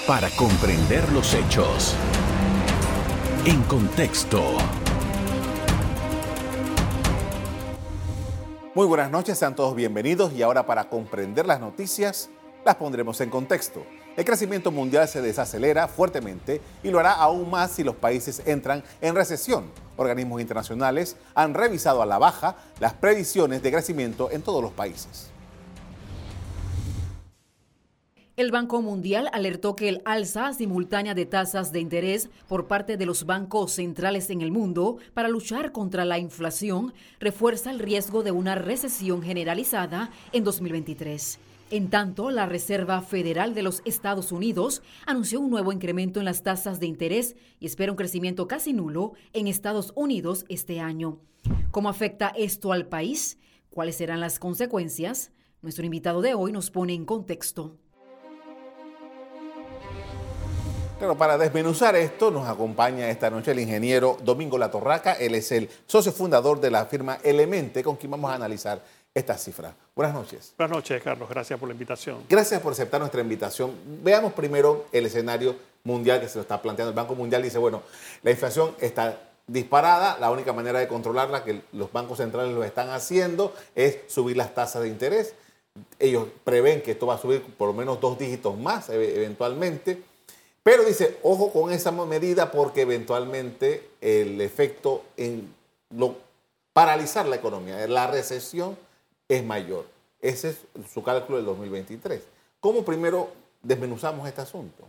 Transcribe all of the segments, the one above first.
para comprender los hechos. En contexto. Muy buenas noches, sean todos bienvenidos y ahora para comprender las noticias las pondremos en contexto. El crecimiento mundial se desacelera fuertemente y lo hará aún más si los países entran en recesión. Organismos internacionales han revisado a la baja las previsiones de crecimiento en todos los países. El Banco Mundial alertó que el alza simultánea de tasas de interés por parte de los bancos centrales en el mundo para luchar contra la inflación refuerza el riesgo de una recesión generalizada en 2023. En tanto, la Reserva Federal de los Estados Unidos anunció un nuevo incremento en las tasas de interés y espera un crecimiento casi nulo en Estados Unidos este año. ¿Cómo afecta esto al país? ¿Cuáles serán las consecuencias? Nuestro invitado de hoy nos pone en contexto. Claro, para desmenuzar esto nos acompaña esta noche el ingeniero Domingo Latorraca. Él es el socio fundador de la firma Elemente, con quien vamos a analizar estas cifras. Buenas noches. Buenas noches, Carlos. Gracias por la invitación. Gracias por aceptar nuestra invitación. Veamos primero el escenario mundial que se lo está planteando. El Banco Mundial dice, bueno, la inflación está disparada, la única manera de controlarla, que los bancos centrales lo están haciendo, es subir las tasas de interés. Ellos prevén que esto va a subir por lo menos 2 dígitos más eventualmente. Pero dice, ojo con esa medida porque eventualmente el efecto en paralizar la economía, la recesión es mayor. Ese es su cálculo del 2023. ¿Cómo primero desmenuzamos este asunto?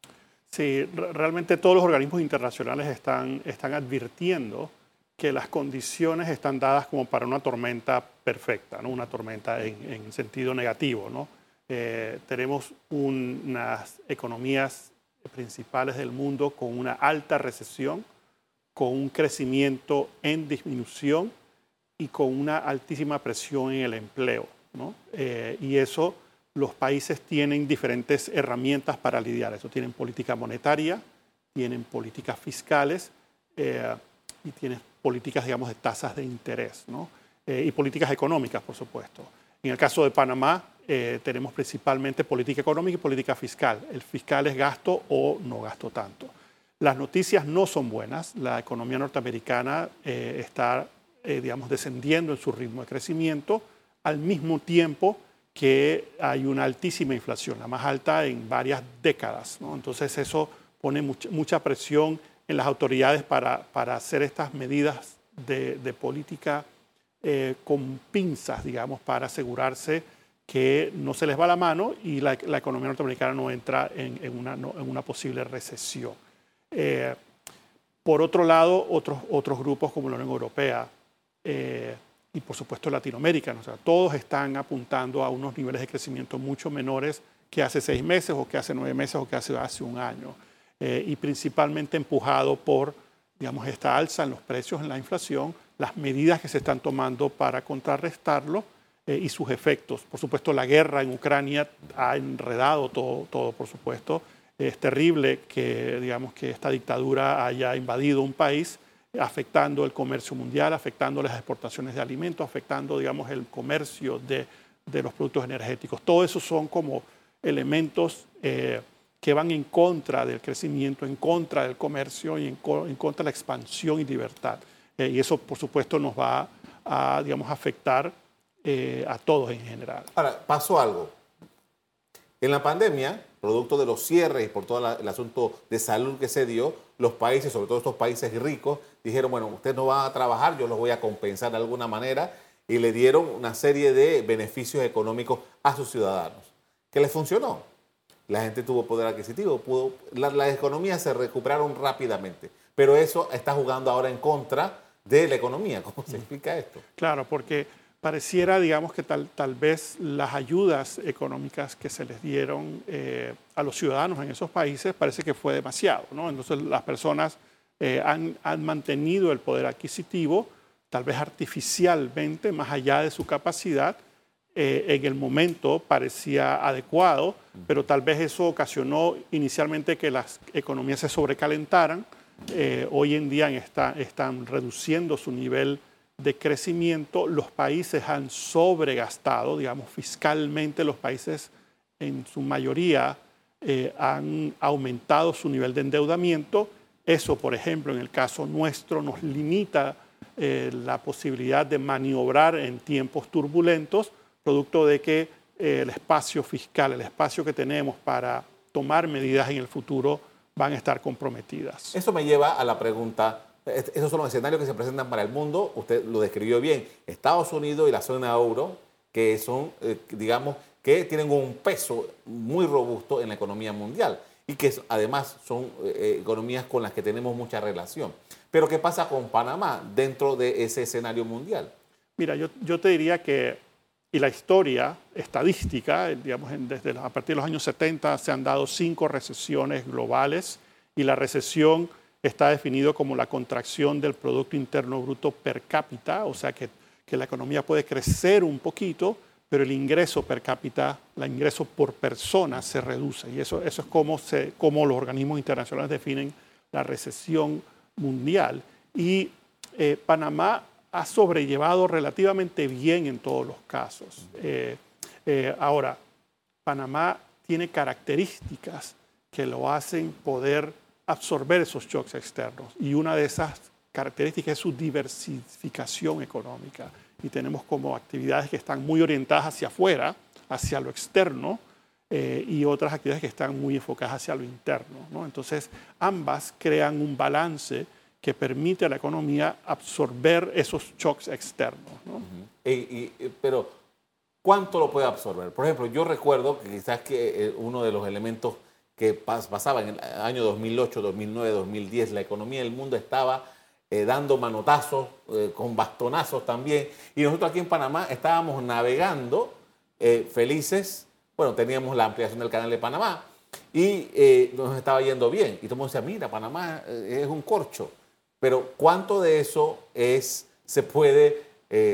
Sí, realmente todos los organismos internacionales están advirtiendo que las condiciones están dadas como para una tormenta perfecta, ¿no? Una tormenta en sentido negativo, ¿no? Tenemos unas economías principales del mundo con una alta recesión, con un crecimiento en disminución y con una altísima presión en el empleo, ¿no? Y eso, los países tienen diferentes herramientas para lidiar. Eso tienen política monetaria, tienen políticas fiscales y tienen políticas, digamos, de tasas de interés, ¿no? Y políticas económicas, por supuesto. En el caso de Panamá, tenemos principalmente política económica y política fiscal. El fiscal es gasto o no gasto tanto. Las noticias no son buenas. La economía norteamericana está, digamos, descendiendo en su ritmo de crecimiento al mismo tiempo que hay una altísima inflación, la más alta en varias décadas, ¿no? Entonces eso pone mucha presión en las autoridades para hacer estas medidas de política con pinzas, digamos, para asegurarse que no se les va la mano y la economía norteamericana no entra en una posible recesión. Por otro lado, otros grupos como la Unión Europea y por supuesto Latinoamérica, o sea, todos están apuntando a unos niveles de crecimiento mucho menores que hace 6 meses o que hace 9 meses o que hace un año. Y principalmente empujado por, digamos, esta alza en los precios, en la inflación, las medidas que se están tomando para contrarrestarlo y sus efectos. Por supuesto, la guerra en Ucrania ha enredado todo, por supuesto. Es terrible que, digamos, que esta dictadura haya invadido un país, afectando el comercio mundial, afectando las exportaciones de alimentos, afectando, digamos, el comercio de los productos energéticos. Todo eso son como elementos que van en contra del crecimiento, en contra del comercio y en contra de la expansión y libertad. Y eso, por supuesto, nos va a, digamos, afectar a todos en general. Ahora, pasó algo. En la pandemia, producto de los cierres y por todo el asunto de salud que se dio, los países, sobre todo estos países ricos, dijeron, bueno, ustedes no van a trabajar, yo los voy a compensar de alguna manera, y le dieron una serie de beneficios económicos a sus ciudadanos. ¿Qué les funcionó? La gente tuvo poder adquisitivo, las economías se recuperaron rápidamente, pero eso está jugando ahora en contra de la economía. ¿Cómo se explica esto? Claro, porque pareciera, digamos, que tal vez las ayudas económicas que se les dieron a los ciudadanos en esos países parece que fue demasiado, ¿no? Entonces las personas han mantenido el poder adquisitivo, tal vez artificialmente, más allá de su capacidad. En el momento parecía adecuado, pero tal vez eso ocasionó inicialmente que las economías se sobrecalentaran. Hoy en día están reduciendo su nivel de crecimiento. Los países han sobregastado, digamos, fiscalmente los países en su mayoría han aumentado su nivel de endeudamiento. Eso, por ejemplo, en el caso nuestro, nos limita la posibilidad de maniobrar en tiempos turbulentos, producto de que el espacio fiscal, el espacio que tenemos para tomar medidas en el futuro, van a estar comprometidas. Eso me lleva a la pregunta, esos son los escenarios que se presentan para el mundo, usted lo describió bien, Estados Unidos y la zona euro, que son, digamos, que tienen un peso muy robusto en la economía mundial y que además son economías con las que tenemos mucha relación. Pero ¿qué pasa con Panamá dentro de ese escenario mundial? Mira, yo te diría que, y la historia estadística, digamos, a partir de los años 70 se han dado 5 recesiones globales y la recesión está definido como la contracción del Producto Interno Bruto per cápita, o sea que la economía puede crecer un poquito, pero el ingreso per cápita, el ingreso por persona se reduce. Y eso es como los organismos internacionales definen la recesión mundial. Y Panamá ha sobrellevado relativamente bien en todos los casos. Ahora, Panamá tiene características que lo hacen poder absorber esos shocks externos. Y una de esas características es su diversificación económica. Y tenemos como actividades que están muy orientadas hacia afuera, hacia lo externo, y otras actividades que están muy enfocadas hacia lo interno, ¿no? Entonces, ambas crean un balance que permite a la economía absorber esos shocks externos, ¿no? Pero, ¿cuánto lo puede absorber? Por ejemplo, yo recuerdo que quizás que uno de los elementos que pasaba en el año 2008, 2009, 2010, la economía del mundo estaba dando manotazos, con bastonazos también, y nosotros aquí en Panamá estábamos navegando felices. Bueno, teníamos la ampliación del canal de Panamá y nos estaba yendo bien. Y todo el mundo decía, mira, Panamá es un corcho. Pero ¿cuánto de eso se puede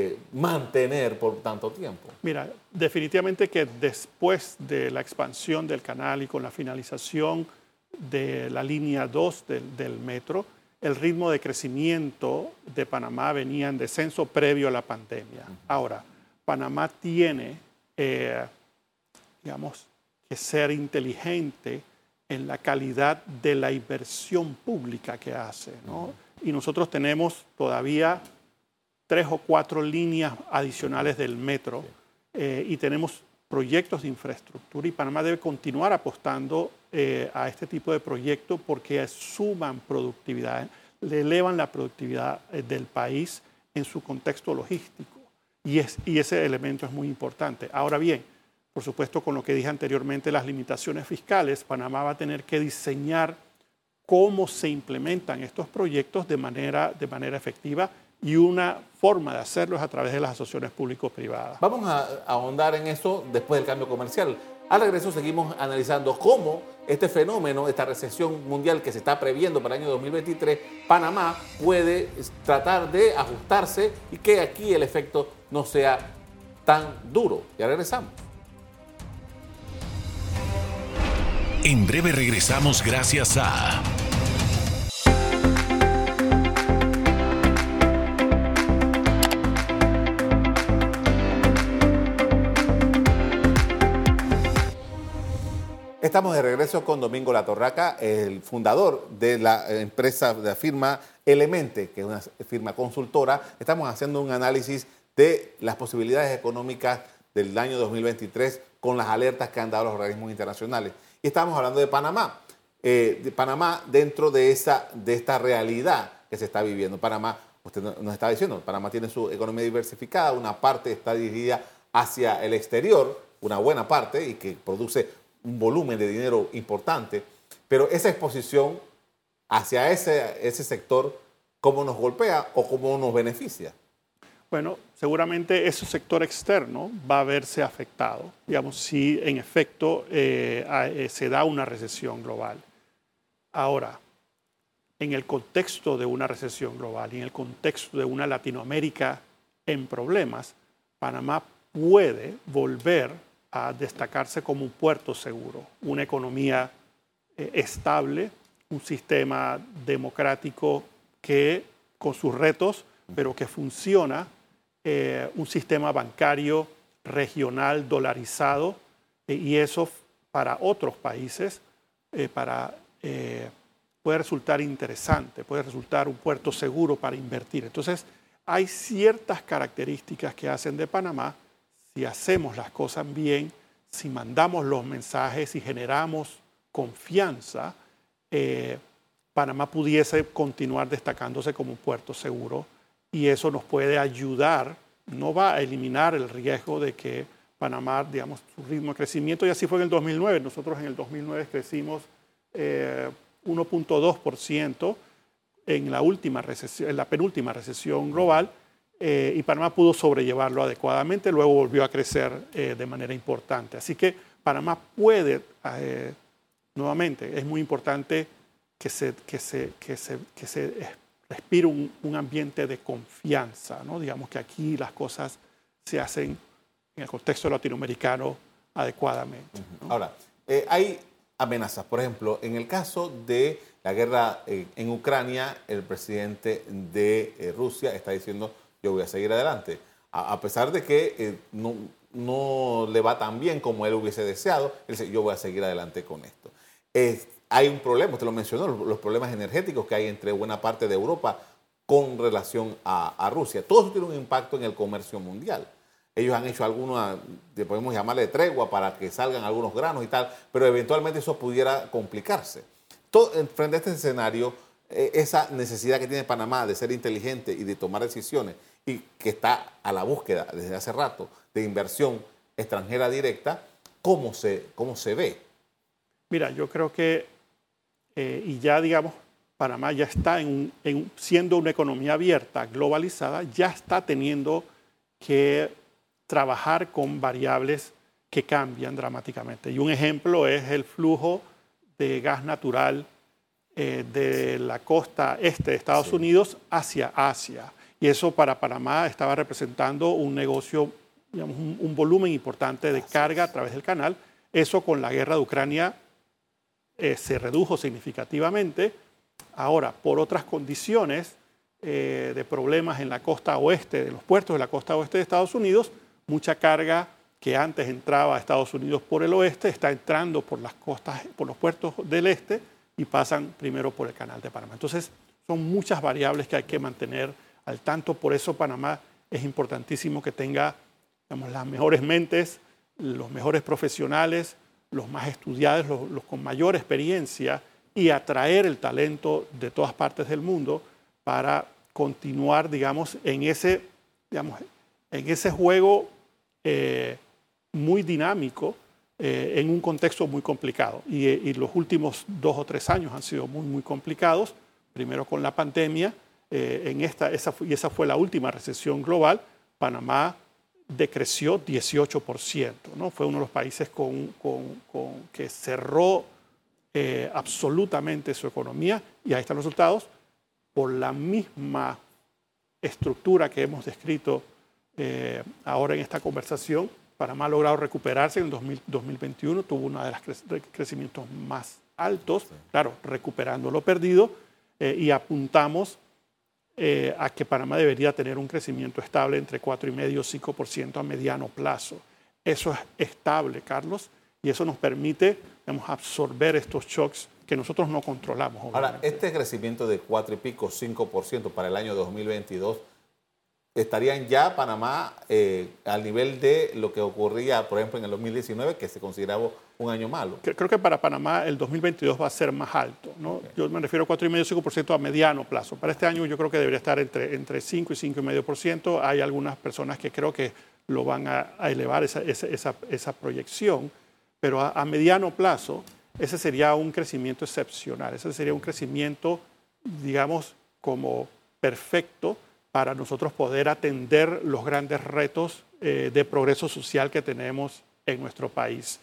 mantener por tanto tiempo? Mira, definitivamente que después de la expansión del canal y con la finalización de la línea 2 del metro, el ritmo de crecimiento de Panamá venía en descenso previo a la pandemia. Ahora, Panamá tiene, digamos, que ser inteligente en la calidad de la inversión pública que hace, ¿no? Y nosotros tenemos todavía 3 o 4 líneas adicionales del metro y tenemos proyectos de infraestructura y Panamá debe continuar apostando a este tipo de proyectos porque suman productividad, le elevan la productividad del país en su contexto logístico y ese elemento es muy importante. Ahora bien, por supuesto, con lo que dije anteriormente, las limitaciones fiscales, Panamá va a tener que diseñar cómo se implementan estos proyectos de manera efectiva y una forma de hacerlo es a través de las asociaciones público-privadas. Vamos a ahondar en eso después del cambio comercial. Al regreso seguimos analizando cómo este fenómeno, esta recesión mundial que se está previendo para el año 2023, Panamá puede tratar de ajustarse y que aquí el efecto no sea tan duro. Ya regresamos. En breve regresamos gracias a... Estamos de regreso con Domingo Latorraca, el fundador de la empresa, de la firma Elemente, que es una firma consultora. Estamos haciendo un análisis de las posibilidades económicas del año 2023 con las alertas que han dado los organismos internacionales. Y estamos hablando de Panamá dentro de esta realidad que se está viviendo. Panamá, usted nos está diciendo, Panamá tiene su economía diversificada, una parte está dirigida hacia el exterior, una buena parte, y que produce un volumen de dinero importante, pero esa exposición hacia ese sector, ¿cómo nos golpea o cómo nos beneficia? Bueno, seguramente ese sector externo va a verse afectado, digamos, si en efecto se da una recesión global. Ahora, en el contexto de una recesión global y en el contexto de una Latinoamérica en problemas, Panamá puede volver a destacarse como un puerto seguro, una economía estable, un sistema democrático que, con sus retos, pero que funciona, un sistema bancario regional dolarizado, y eso para otros países puede resultar interesante, puede resultar un puerto seguro para invertir. Entonces, hay ciertas características que hacen de Panamá, si hacemos las cosas bien, si mandamos los mensajes y generamos confianza, Panamá pudiese continuar destacándose como un puerto seguro y eso nos puede ayudar, no va a eliminar el riesgo de que Panamá, digamos, su ritmo de crecimiento, y así fue en el 2009. Nosotros en el 2009 crecimos 1.2% en la penúltima recesión global, y Panamá pudo sobrellevarlo adecuadamente, luego volvió a crecer de manera importante. Así que Panamá puede, nuevamente, es muy importante que se respire un ambiente de confianza, ¿no? Digamos que aquí las cosas se hacen en el contexto latinoamericano adecuadamente, ¿no? Ahora, hay amenazas. Por ejemplo, en el caso de la guerra en Ucrania, el presidente de Rusia está diciendo: yo voy a seguir adelante. A pesar de que no le va tan bien como él hubiese deseado, él dice: yo voy a seguir adelante con esto. Hay un problema, usted lo mencionó, los problemas energéticos que hay entre buena parte de Europa con relación a Rusia. Todo eso tiene un impacto en el comercio mundial. Ellos han hecho alguna, podemos llamarle tregua para que salgan algunos granos y tal, pero eventualmente eso pudiera complicarse. Frente a este escenario, esa necesidad que tiene Panamá de ser inteligente y de tomar decisiones, y que está a la búsqueda desde hace rato de inversión extranjera directa, ¿cómo se ve? Mira, yo creo que, y ya digamos, Panamá ya está siendo una economía abierta, globalizada, ya está teniendo que trabajar con variables que cambian dramáticamente. Y un ejemplo es el flujo de gas natural de la costa este de Estados Unidos hacia Asia. Y eso para Panamá estaba representando un negocio, digamos, un volumen importante de carga a través del canal. Eso con la guerra de Ucrania se redujo significativamente. Ahora, por otras condiciones de problemas en la costa oeste, de los puertos de la costa oeste de Estados Unidos, mucha carga que antes entraba a Estados Unidos por el oeste está entrando por las costas, por los puertos del este y pasan primero por el canal de Panamá. Entonces, son muchas variables que hay que mantener al tanto. Por eso Panamá es importantísimo que tenga, digamos, las mejores mentes, los mejores profesionales, los más estudiados, los con mayor experiencia, y atraer el talento de todas partes del mundo para continuar, digamos, en ese juego muy dinámico en un contexto muy complicado. Y los últimos 2 o 3 años han sido muy, muy complicados. Primero con la pandemia, esa fue la última recesión global. Panamá decreció 18%, ¿no? Fue uno de los países que cerró absolutamente su economía, y ahí están los resultados. Por la misma estructura que hemos descrito ahora en esta conversación, Panamá ha logrado recuperarse. En el 2021 tuvo uno de los crecimientos más altos, claro, recuperando lo perdido, y apuntamos a que Panamá debería tener un crecimiento estable entre 4,5% y 5% a mediano plazo. Eso es estable, Carlos, y eso nos permite, digamos, absorber estos shocks que nosotros no controlamos. Obviamente. Ahora, este crecimiento de 4 y pico, 5% para el año 2022, ¿estarían ya Panamá al nivel de lo que ocurría, por ejemplo, en el 2019, que se consideraba un año malo? Creo que para Panamá el 2022 va a ser más alto, ¿no? Okay. Yo me refiero a 4,5% y 5% a mediano plazo. Para este año yo creo que debería estar entre 5 y 5,5%. Hay algunas personas que creo que lo van a elevar esa proyección, pero a mediano plazo ese sería un crecimiento excepcional. Ese sería un crecimiento, digamos, como perfecto para nosotros poder atender los grandes retos de progreso social que tenemos en nuestro país.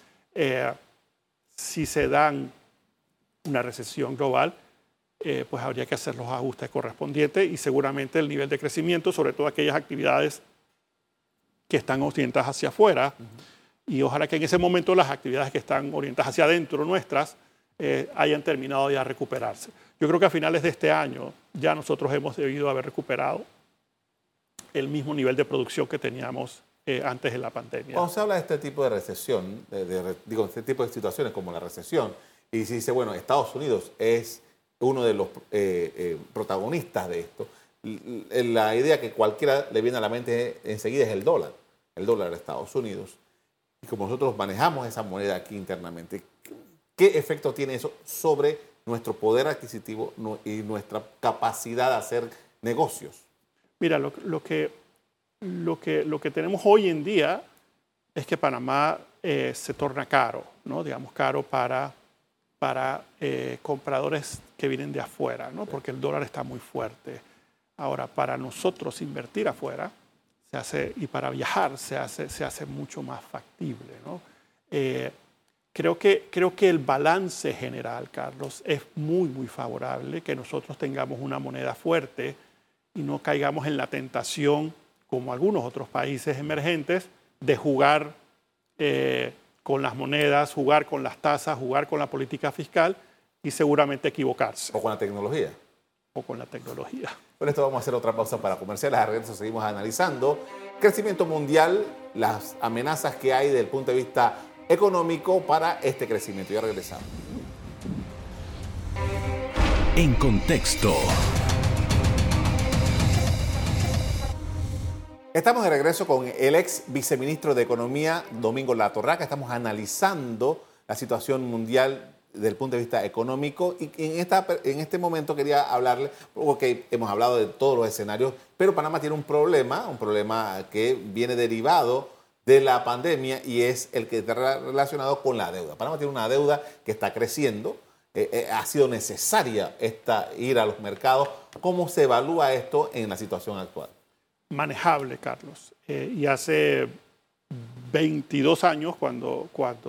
Si se dan una recesión global, pues habría que hacer los ajustes correspondientes, y seguramente el nivel de crecimiento, sobre todo aquellas actividades que están orientadas hacia afuera, y ojalá que en ese momento las actividades que están orientadas hacia adentro nuestras hayan terminado ya de recuperarse. Yo creo que a finales de este año ya nosotros hemos debido haber recuperado el mismo nivel de producción que teníamos antes de la pandemia. Cuando se habla de este tipo de recesión, este tipo de situaciones como la recesión, y se dice, bueno, Estados Unidos es uno de los protagonistas de esto, la idea que cualquiera le viene a la mente enseguida es el dólar de Estados Unidos. Y como nosotros manejamos esa moneda aquí internamente, ¿qué efecto tiene eso sobre nuestro poder adquisitivo y nuestra capacidad de hacer negocios? Mira, lo que tenemos hoy en día es que Panamá se torna caro, ¿no? Digamos, caro para compradores que vienen de afuera, ¿no? Porque el dólar está muy fuerte. Ahora, para nosotros invertir afuera y para viajar se hace mucho más factible, ¿no? Creo que el balance general, Carlos, es muy, muy favorable que nosotros tengamos una moneda fuerte y no caigamos en la tentación, como algunos otros países emergentes, de jugar con las monedas, jugar con las tasas, jugar con la política fiscal y seguramente equivocarse. O con la tecnología. O con la tecnología. Por esto vamos a hacer otra pausa para comerciales. A regreso seguimos analizando crecimiento mundial, las amenazas que hay desde el punto de vista económico para este crecimiento. Ya regresamos. En contexto. Estamos de regreso con el ex viceministro de Economía, Domingo Latorraca. Estamos analizando la situación mundial desde el punto de vista económico y en este momento quería hablarle, porque hemos hablado de todos los escenarios, pero Panamá tiene un problema que viene derivado de la pandemia y es el que está relacionado con la deuda. Panamá tiene una deuda que está creciendo, ha sido necesaria ir a los mercados. ¿Cómo se evalúa esto en la situación actual? Manejable, Carlos. Y hace 22 años, cuando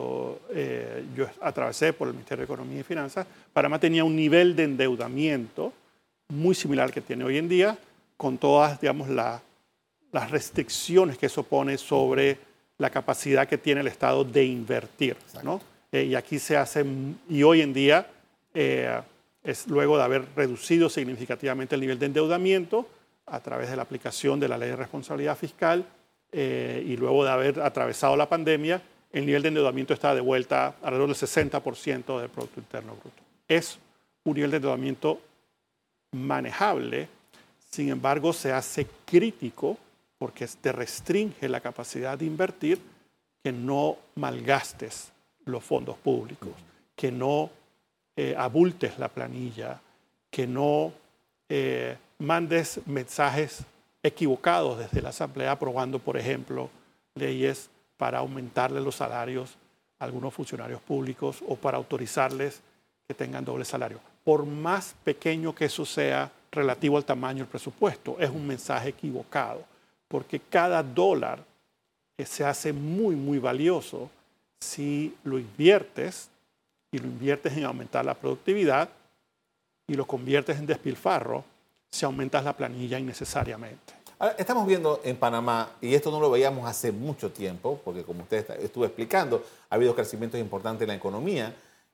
yo atravesé por el Ministerio de Economía y Finanzas, Panamá tenía un nivel de endeudamiento muy similar al que tiene hoy en día, con todas, digamos, las restricciones que eso pone sobre la capacidad que tiene el Estado de invertir, ¿no? Y aquí se hace, y hoy en día, es luego de haber reducido significativamente el nivel de endeudamiento a través de la aplicación de la Ley de Responsabilidad Fiscal, y luego de haber atravesado la pandemia, el nivel de endeudamiento está de vuelta alrededor del 60% del Producto Interno Bruto. Es un nivel de endeudamiento manejable, sin embargo se hace crítico porque te restringe la capacidad de invertir, que no malgastes los fondos públicos, que no abultes la planilla, que no mandes mensajes equivocados desde la Asamblea aprobando, por ejemplo, leyes para aumentarle los salarios a algunos funcionarios públicos o para autorizarles que tengan doble salario. Por más pequeño que eso sea relativo al tamaño del presupuesto, es un mensaje equivocado, porque cada dólar se hace muy, muy valioso si lo inviertes y lo inviertes en aumentar la productividad y lo conviertes en despilfarro si aumentas la planilla innecesariamente. Ahora, estamos viendo en Panamá, y esto no lo veíamos hace mucho tiempo, porque como usted estuvo explicando, ha habido crecimientos importantes en la economía,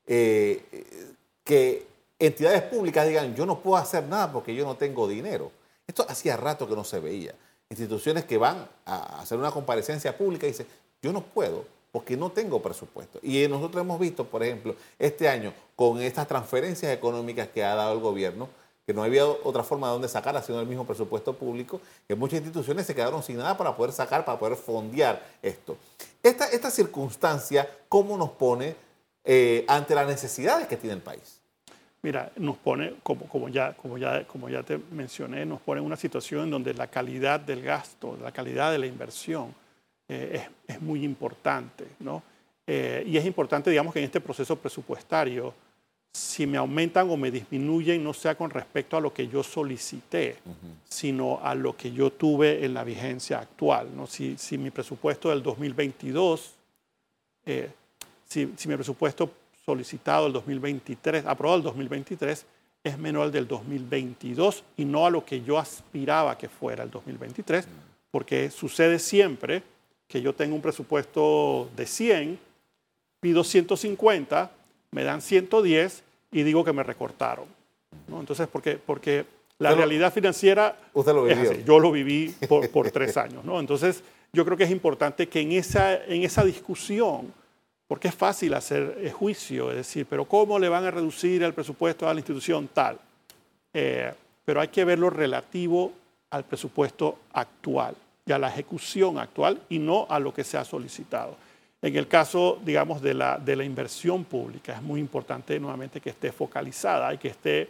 que entidades públicas digan, yo no puedo hacer nada porque yo no tengo dinero. Esto hacía rato que no se veía. Instituciones que van a hacer una comparecencia pública y dicen, yo no puedo porque no tengo presupuesto. Y nosotros hemos visto, por ejemplo, este año, con estas transferencias económicas que ha dado el gobierno, que no había otra forma de dónde sacar haciendo el mismo presupuesto público, que muchas instituciones se quedaron sin nada para poder sacar, para poder fondear esto. Esta circunstancia, ¿cómo nos pone ante las necesidades que tiene el país? Mira, nos pone, como ya te mencioné, nos pone en una situación en donde la calidad del gasto, la calidad de la inversión es muy importante, ¿no? Y es importante, digamos, que en este proceso presupuestario, si me aumentan o me disminuyen, no sea con respecto a lo que yo solicité, sino a lo que yo tuve en la vigencia actual, ¿no? Si mi presupuesto del 2022, si mi presupuesto solicitado el 2023, aprobado el 2023, es menor al del 2022 y no a lo que yo aspiraba que fuera el 2023, porque sucede siempre que yo tengo un presupuesto de 100, pido 150, me dan 110 y digo que me recortaron, ¿no? Entonces, porque la realidad financiera usted lo vivió. es así. Yo lo viví por 3 años, ¿no? Entonces, yo creo que es importante que en esa discusión, porque es fácil hacer juicio, es decir, pero ¿cómo le van a reducir el presupuesto a la institución tal? Pero hay que verlo relativo al presupuesto actual y a la ejecución actual y no a lo que se ha solicitado. En el caso, digamos, de la inversión pública, es muy importante nuevamente que esté focalizada y que esté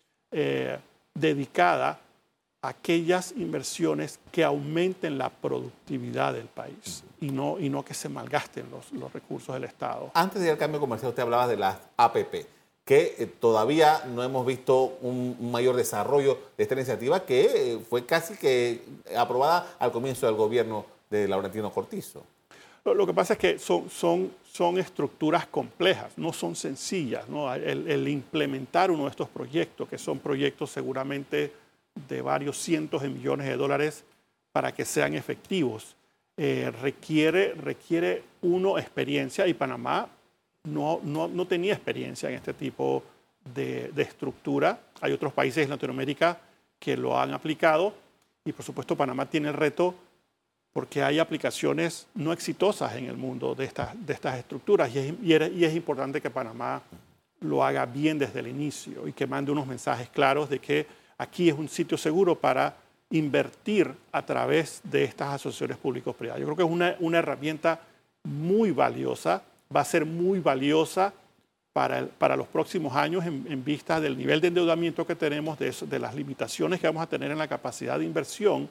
dedicada a aquellas inversiones que aumenten la productividad del país y no que se malgasten los recursos del Estado. Antes de ir al cambio comercial, usted hablaba de las APP, que todavía no hemos visto un mayor desarrollo de esta iniciativa que fue casi que aprobada al comienzo del gobierno de Laurentino Cortizo. Lo que pasa es que son estructuras complejas, no son sencillas, ¿no? El implementar uno de estos proyectos, que son proyectos seguramente de varios cientos de millones de dólares para que sean efectivos, requiere uno experiencia, y Panamá no tenía experiencia en este tipo de estructura. Hay otros países en Latinoamérica que lo han aplicado y por supuesto Panamá tiene el reto porque hay aplicaciones no exitosas en el mundo de estas estructuras y es importante que Panamá lo haga bien desde el inicio y que mande unos mensajes claros de que aquí es un sitio seguro para invertir a través de estas asociaciones público-privadas. Yo creo que es una herramienta muy valiosa, va a ser muy valiosa para los próximos años en vista del nivel de endeudamiento que tenemos, de las limitaciones que vamos a tener en la capacidad de inversión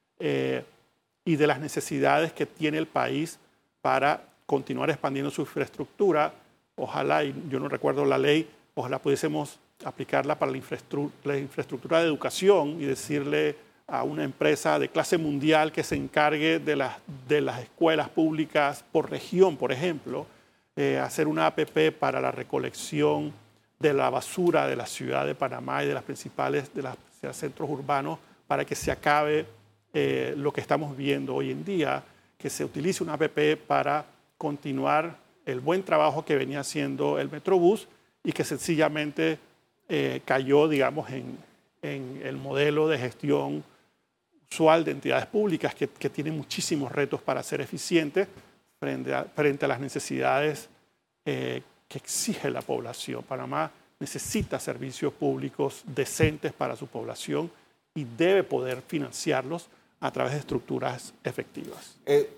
y de las necesidades que tiene el país para continuar expandiendo su infraestructura. Ojalá, y yo no recuerdo la ley, ojalá pudiésemos aplicarla para la infraestructura de educación y decirle a una empresa de clase mundial que se encargue de las escuelas públicas por región, por ejemplo, hacer una APP para la recolección de la basura de la ciudad de Panamá y de los centros urbanos para que se acabe lo que estamos viendo hoy en día, que se utilice una APP para continuar el buen trabajo que venía haciendo el Metrobús y que sencillamente cayó, digamos, en el modelo de gestión usual de entidades públicas que tiene muchísimos retos para ser eficiente frente a las necesidades que exige la población. Panamá necesita servicios públicos decentes para su población y debe poder financiarlos a través de estructuras efectivas.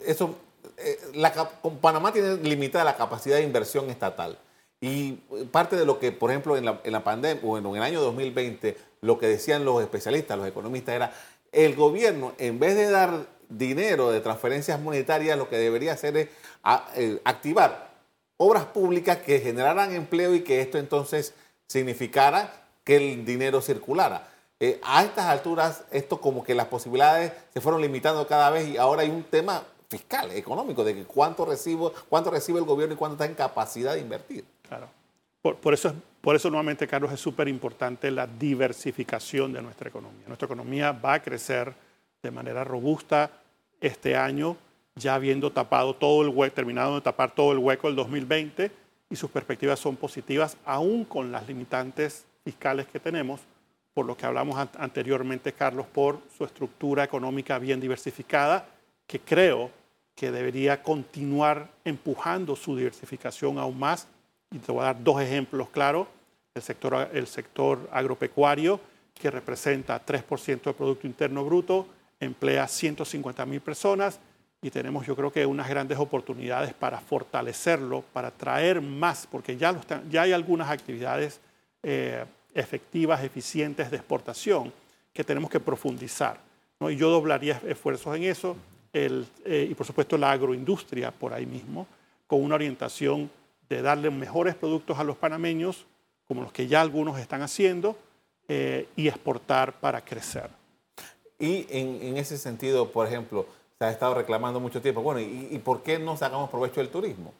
Panamá tiene limitada la capacidad de inversión estatal. Y parte de lo que, por ejemplo, en la pandemia o en el año 2020, lo que decían los especialistas, los economistas, era el gobierno, en vez de dar dinero de transferencias monetarias, lo que debería hacer es activar obras públicas que generaran empleo y que esto entonces significara que el dinero circulara. A estas alturas, esto como que las posibilidades se fueron limitando cada vez y ahora hay un tema fiscal, económico, de que cuánto recibe el gobierno y cuánto está en capacidad de invertir. Claro. Por eso nuevamente, Carlos, es súper importante la diversificación de nuestra economía. Nuestra economía va a crecer de manera robusta este año, ya habiendo tapado todo el hueco, terminado de tapar todo el hueco del 2020, y sus perspectivas son positivas, aún con las limitantes fiscales que tenemos, por lo que hablamos anteriormente, Carlos, por su estructura económica bien diversificada, que creo que debería continuar empujando su diversificación aún más. Y te voy a dar dos ejemplos claros. El sector agropecuario, que representa 3% del Producto Interno Bruto, emplea 150.000 personas y tenemos, yo creo que, unas grandes oportunidades para fortalecerlo, para traer más, porque ya hay algunas actividades efectivas, eficientes de exportación que tenemos que profundizar, ¿no? Y yo doblaría esfuerzos en eso, y por supuesto la agroindustria por ahí mismo, con una orientación de darle mejores productos a los panameños, como los que ya algunos están haciendo, y exportar para crecer. Y en ese sentido, por ejemplo, se ha estado reclamando mucho tiempo, bueno, ¿y por qué no sacamos provecho del turismo?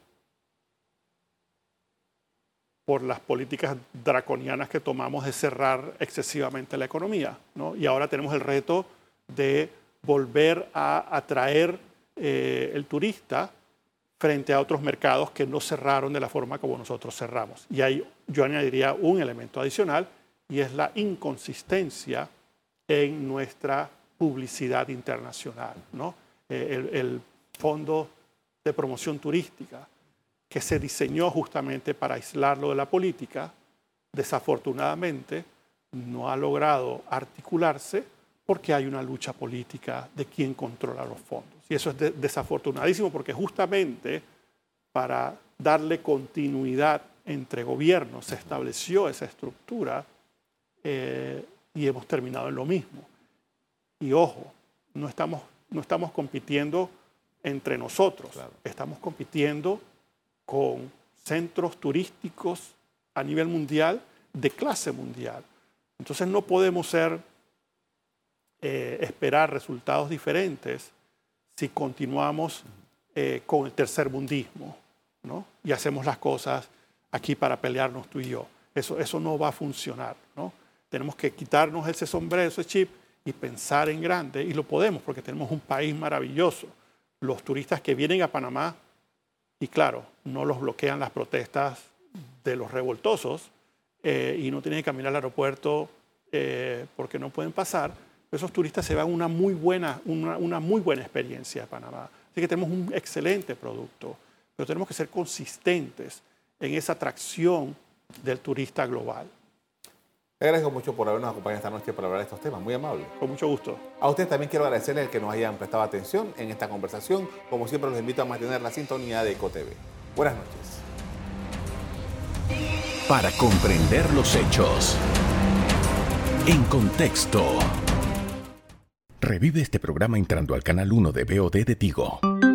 Por las políticas draconianas que tomamos de cerrar excesivamente la economía, ¿no? Y ahora tenemos el reto de volver a atraer el turista frente a otros mercados que no cerraron de la forma como nosotros cerramos. Y ahí yo añadiría un elemento adicional, y es la inconsistencia en nuestra publicidad internacional, ¿no? el Fondo de Promoción Turística, que se diseñó justamente para aislarlo de la política, desafortunadamente no ha logrado articularse porque hay una lucha política de quién controla los fondos. Y eso es desafortunadísimo porque justamente para darle continuidad entre gobiernos se estableció esa estructura y hemos terminado en lo mismo. Y ojo, no estamos compitiendo entre nosotros, claro. Estamos compitiendo con centros turísticos a nivel mundial de clase mundial. Entonces no podemos esperar resultados diferentes si continuamos con el tercermundismo, ¿no? Y hacemos las cosas aquí para pelearnos tú y yo. Eso no va a funcionar, ¿no? Tenemos que quitarnos ese sombrero, ese chip y pensar en grande, y lo podemos porque tenemos un país maravilloso. Los turistas que vienen a Panamá, y claro, no los bloquean las protestas de los revoltosos y no tienen que caminar al aeropuerto porque no pueden pasar. Esos turistas se van una muy buena experiencia a Panamá. Así que tenemos un excelente producto, pero tenemos que ser consistentes en esa atracción del turista global. Le agradezco mucho por habernos acompañado esta noche para hablar de estos temas. Muy amable. Con mucho gusto. A ustedes también quiero agradecerles el que nos hayan prestado atención en esta conversación. Como siempre, los invito a mantener la sintonía de EcoTV. Buenas noches. Para comprender los hechos. En contexto. Revive este programa entrando al canal 1 de VOD de Tigo.